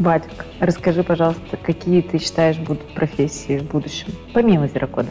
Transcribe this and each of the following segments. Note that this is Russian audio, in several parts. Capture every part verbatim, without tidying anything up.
Вадик, расскажи, пожалуйста, какие ты считаешь будут профессии в будущем, помимо зерокода?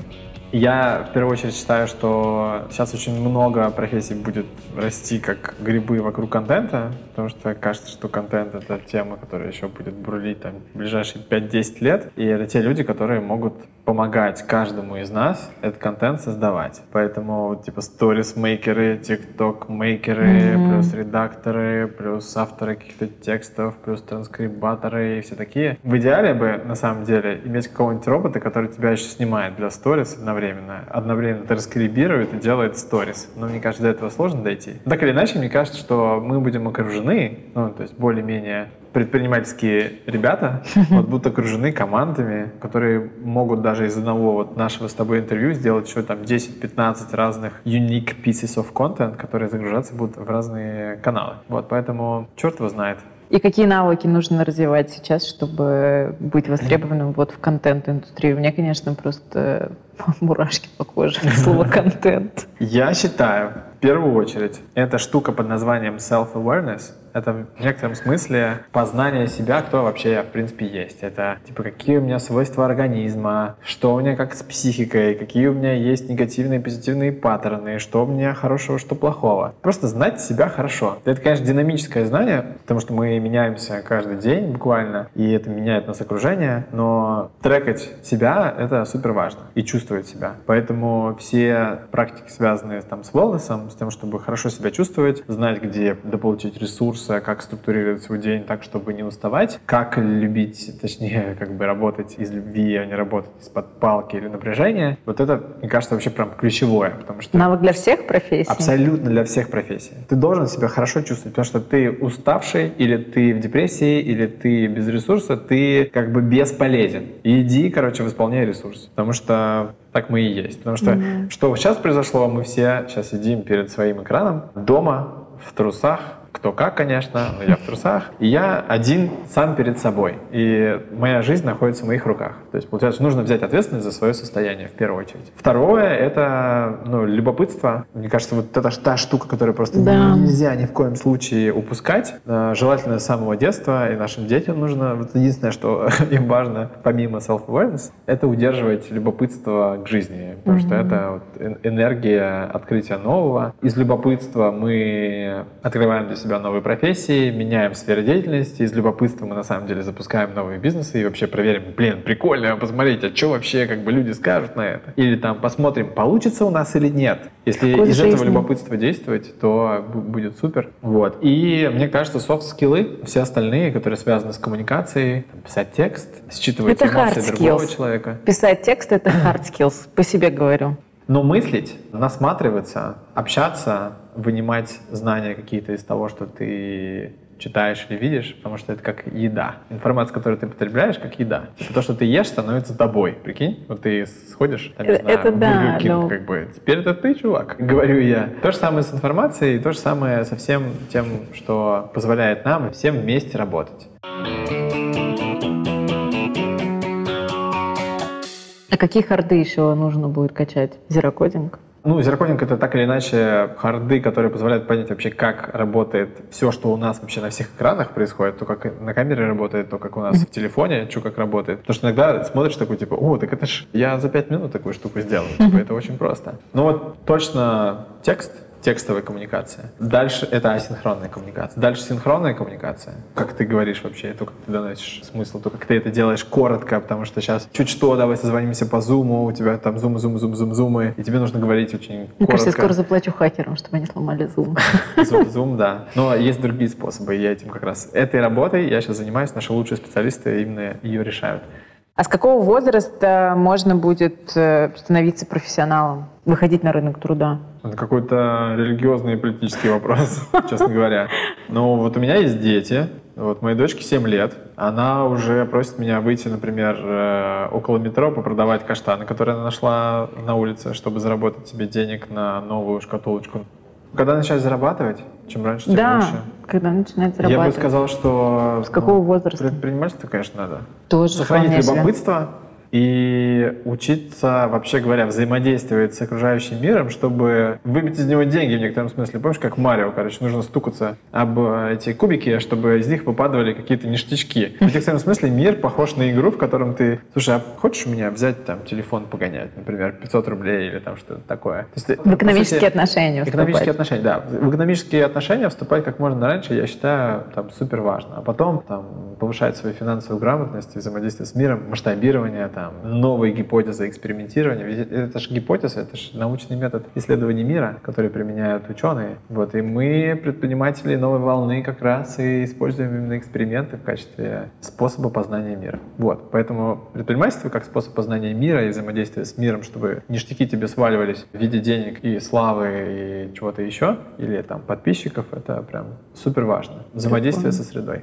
Я в первую очередь считаю, что сейчас очень много профессий будет расти как грибы вокруг контента, потому что кажется, что контент — это тема, которая еще будет бурлить там в ближайшие пять-десять лет, и это те люди, которые могут помогать каждому из нас этот контент создавать. Поэтому типа сторис-мейкеры, тикток-мейкеры, mm-hmm. плюс редакторы, плюс авторы каких-то текстов, плюс транскрибаторы и все такие. В идеале бы, на самом деле, иметь какого-нибудь робота, который тебя еще снимает для сторис одновременно. Одновременно транскрибирует и делает сторис. Но мне кажется, до этого сложно дойти. Так или иначе, мне кажется, что мы будем окружены, ну, то есть более-менее предпринимательские ребята вот, будут окружены командами, которые могут даже из одного вот нашего с тобой интервью сделать еще там десять-пятнадцать разных unique pieces of content, которые загружаться будут в разные каналы. Вот, поэтому черт его знает. И какие навыки нужно развивать сейчас, чтобы быть востребованным вот в контент-индустрии? У меня, конечно, просто мурашки по коже от слова «контент». Я считаю, в первую очередь, эта штука под названием self-awareness. Это в некотором смысле познание себя, кто вообще я в принципе есть. Это типа какие у меня свойства организма, что у меня как с психикой, какие у меня есть негативные и позитивные паттерны, что у меня хорошего, что плохого. Просто знать себя хорошо. Это, конечно, динамическое знание, потому что мы меняемся каждый день буквально, и это меняет нас окружение, но трекать себя — это супер важно, и чувствовать себя. Поэтому все практики, связанные там с wellness, с тем, чтобы хорошо себя чувствовать, знать, где дополучить ресурсы, как структурировать свой день так, чтобы не уставать, как любить, точнее, как бы работать из любви, а не работать из-под палки или напряжения. Вот это, мне кажется, вообще прям ключевое, потому что... Навык для всех профессий? Абсолютно для всех профессий. Ты должен себя хорошо чувствовать, потому что ты уставший, или ты в депрессии, или ты без ресурса, ты как бы бесполезен. Иди, короче, восполняй ресурс, потому что так мы и есть. Потому что mm-hmm. что сейчас произошло, мы все сейчас сидим перед своим экраном, дома, в трусах, кто как, конечно, но я в трусах. И я один сам перед собой. И моя жизнь находится в моих руках. То есть, получается, нужно взять ответственность за свое состояние в первую очередь. Второе — это ну, любопытство. Мне кажется, вот это та штука, которую просто да. нельзя ни в коем случае упускать. Желательно с самого детства. И нашим детям нужно... Вот единственное, что им важно, помимо self-awareness, это удерживать любопытство к жизни. Потому mm-hmm. что это вот энергия открытия нового. Из любопытства мы открываем для себя новые профессии, меняем сферы деятельности, из любопытства мы на самом деле запускаем новые бизнесы и вообще проверим, блин, прикольно, посмотрите, а что вообще как бы люди скажут на это. Или там посмотрим, получится у нас или нет. Если Какой из жизни? этого любопытства действовать, то будет супер. Вот. И мне кажется, софт-скиллы, все остальные, которые связаны с коммуникацией, там, писать текст, считывать это эмоции другого человека. Писать текст — это hard skills, по себе говорю. Но мыслить, насматриваться, общаться, вынимать знания какие-то из того, что ты читаешь или видишь, потому что это как еда. Информация, которую ты потребляешь, как еда. Типа то, что ты ешь, становится тобой. Прикинь? Вот ты сходишь, там, не знаю, это в да, Burger King, но... как бы. Теперь это ты, чувак, говорю я. То же самое с информацией, то же самое со всем тем, что позволяет нам всем вместе работать. А какие харды еще нужно будет качать? Зерокодинг? Ну, зерокодинг — это так или иначе харды, которые позволяют понять вообще, как работает все, что у нас вообще на всех экранах происходит, то, как на камере работает, то, как у нас в телефоне, что как работает. Потому что иногда смотришь такой, типа, о, так это ж я за пять минут такую штуку сделал. Типа, это очень просто. Ну вот точно текст, текстовая коммуникация. Дальше это асинхронная коммуникация. Дальше синхронная коммуникация. Как ты говоришь вообще, то, как ты доносишь смысл, то, как ты это делаешь коротко, потому что сейчас чуть что, давай созвонимся по зуму, у тебя там зум, зум, зум, зум, зумы, и тебе нужно говорить очень Мне коротко. Мне кажется, я скоро заплачу хакерам, чтобы они сломали зум. Зум, зум, да. Но есть другие способы, и я этим как раз этой работой я сейчас занимаюсь, наши лучшие специалисты именно ее решают. А с какого возраста можно будет становиться профессионалом, выходить на рынок труда? Это какой-то религиозный и политический вопрос, честно говоря. Но вот у меня есть дети. Вот моей дочке семь лет. Она уже просит меня выйти, например, около метро попродавать каштаны, которые она нашла на улице, чтобы заработать себе денег на новую шкатулочку. Когда начать зарабатывать, чем раньше, тем да, лучше. Когда начинать зарабатывать. Я бы сказал, что... С какого ну, возраста? Предпринимательство, конечно, надо. Тоже сохранить любопытство, и учиться, вообще говоря, взаимодействовать с окружающим миром, чтобы выбить из него деньги в некотором смысле. Помнишь, как Марио, короче, нужно стукаться об эти кубики, чтобы из них выпадали какие-то ништячки. В некотором смысле мир похож на игру, в котором ты, слушай, а хочешь у меня взять там телефон погонять, например, пятьсот рублей или там что-то такое. То есть, в экономические сути, отношения вступать. Экономические отношения, да. В экономические отношения вступать как можно раньше, я считаю, там супер важно. А потом там повышать свою финансовую грамотность, взаимодействие с миром, масштабирование, там, новые гипотезы, экспериментирование. Ведь это же гипотеза, это же научный метод исследования мира, который применяют ученые. Вот. И мы, предприниматели новой волны, как раз и используем именно эксперименты в качестве способа познания мира. Вот. Поэтому предпринимательство как способ познания мира и взаимодействия с миром, чтобы ништяки тебе сваливались в виде денег и славы и чего-то еще, или там подписчиков, это прям супер важно. Взаимодействие со средой.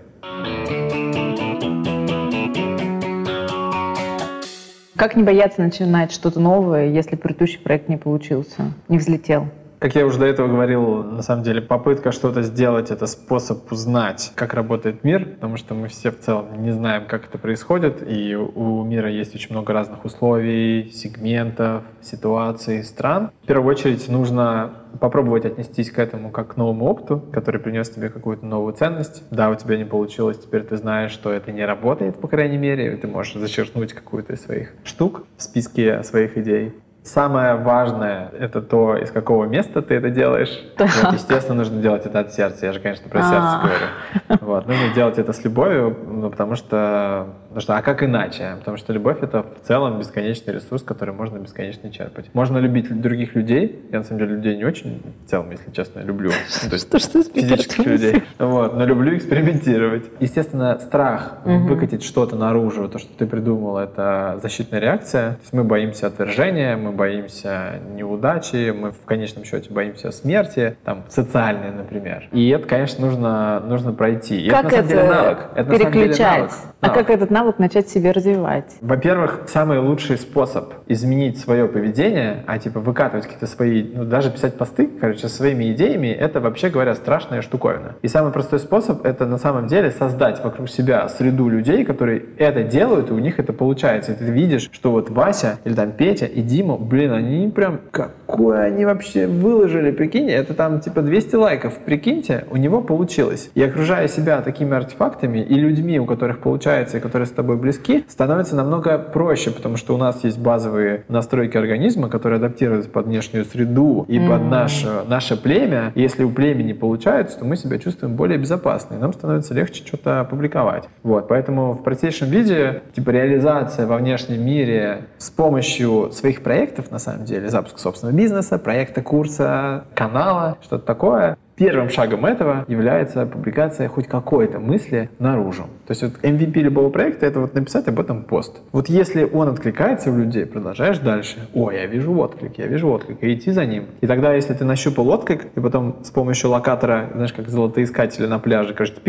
Как не бояться начинать что-то новое, если предыдущий проект не получился, не взлетел? Как я уже до этого говорил, на самом деле попытка что-то сделать — это способ узнать, как работает мир, потому что мы все в целом не знаем, как это происходит, и у мира есть очень много разных условий, сегментов, ситуаций, стран. В первую очередь нужно попробовать отнестись к этому как к новому опыту, который принес тебе какую-то новую ценность. Да, у тебя не получилось, теперь ты знаешь, что это не работает, по крайней мере, и ты можешь зачеркнуть какую-то из своих штук в списке своих идей. Самое важное — это то, из какого места ты это делаешь. Да. Вот, естественно, нужно делать это от сердца. Я же, конечно, про сердце А-а-а. говорю. Вот. Нужно делать это с любовью, ну, потому что... Потому что... А как иначе? Потому что любовь — это в целом бесконечный ресурс, который можно бесконечно черпать. Можно любить других людей. Я, на самом деле, людей не очень, в целом, если честно, люблю. Ну, то есть что, что физических людей. Вот. Но люблю экспериментировать. Естественно, страх угу. выкатить что-то наружу, то, что ты придумал, это защитная реакция. То есть мы боимся отвержения, мы боимся неудачи, мы в конечном счете боимся смерти, там, социальной, например. И это, конечно, нужно, нужно пройти. И как это, на самом деле, навык. Это, переключать? Навык. А навык. Как этот навык начать в себе развивать? Во-первых, самый лучший способ изменить свое поведение, а типа выкатывать какие-то свои, ну, даже писать посты, короче, своими идеями, это, вообще говоря, страшная штуковина. И самый простой способ — это на самом деле создать вокруг себя среду людей, которые это делают, и у них это получается. И ты видишь, что вот Вася или там Петя и Дима, блин, они прям, какое они вообще выложили, прикинь, это там типа двести лайков, прикиньте, у него получилось. И окружая себя такими артефактами и людьми, у которых получается, и которые с тобой близки, становится намного проще, потому что у нас есть базовые настройки организма, которые адаптируются под внешнюю среду и mm-hmm. под наше, наше племя. И если у племени получается, то мы себя чувствуем более безопасно, и нам становится легче что-то публиковать. Вот, поэтому в простейшем виде, типа, реализация во внешнем мире с помощью своих проектов, на самом деле, запуск собственного бизнеса, проекта, курса, канала, что-то такое. Первым шагом этого является публикация хоть какой-то мысли наружу. То есть вот эм ви пи любого проекта — это вот написать об этом пост. Вот если он откликается у людей, продолжаешь дальше. О, я вижу отклик, я вижу отклик, и идти за ним. И тогда, если ты нащупал отклик, и потом с помощью локатора, знаешь, как золотоискатели на пляже, кажется,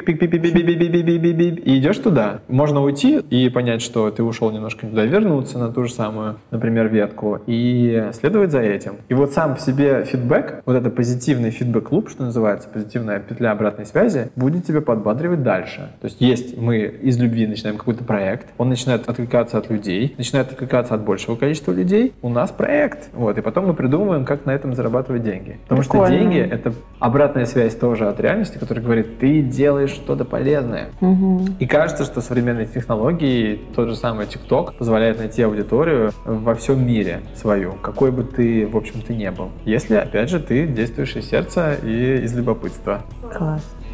пик-пик-пик-пик-пик-пик-пик-пик-пик-пик-пик, и идешь туда. Можно уйти и понять, что ты ушел немножко туда, вернуться на ту же самую, например, ветку, и следовать за этим. И вот сам в себе фидбэк, вот это позитивный фидбэк-луп, что называется, позитивная петля обратной связи, будет тебя подбадривать дальше. То есть есть мы из любви начинаем какой-то проект, он начинает откликаться от людей, начинает откликаться от большего количества людей, у нас проект. Вот, и потом мы придумываем, как на этом зарабатывать деньги. Потому Прикольно. Что деньги — это обратная связь тоже от реальности, которая говорит, ты делаешь что-то полезное. Угу. И кажется, что современные технологии, тот же самый ТикТок, позволяет найти аудиторию во всем мире свою, какой бы ты, в общем-то, не был. Если, опять же, ты действуешь из сердца и из любопытства. Класс.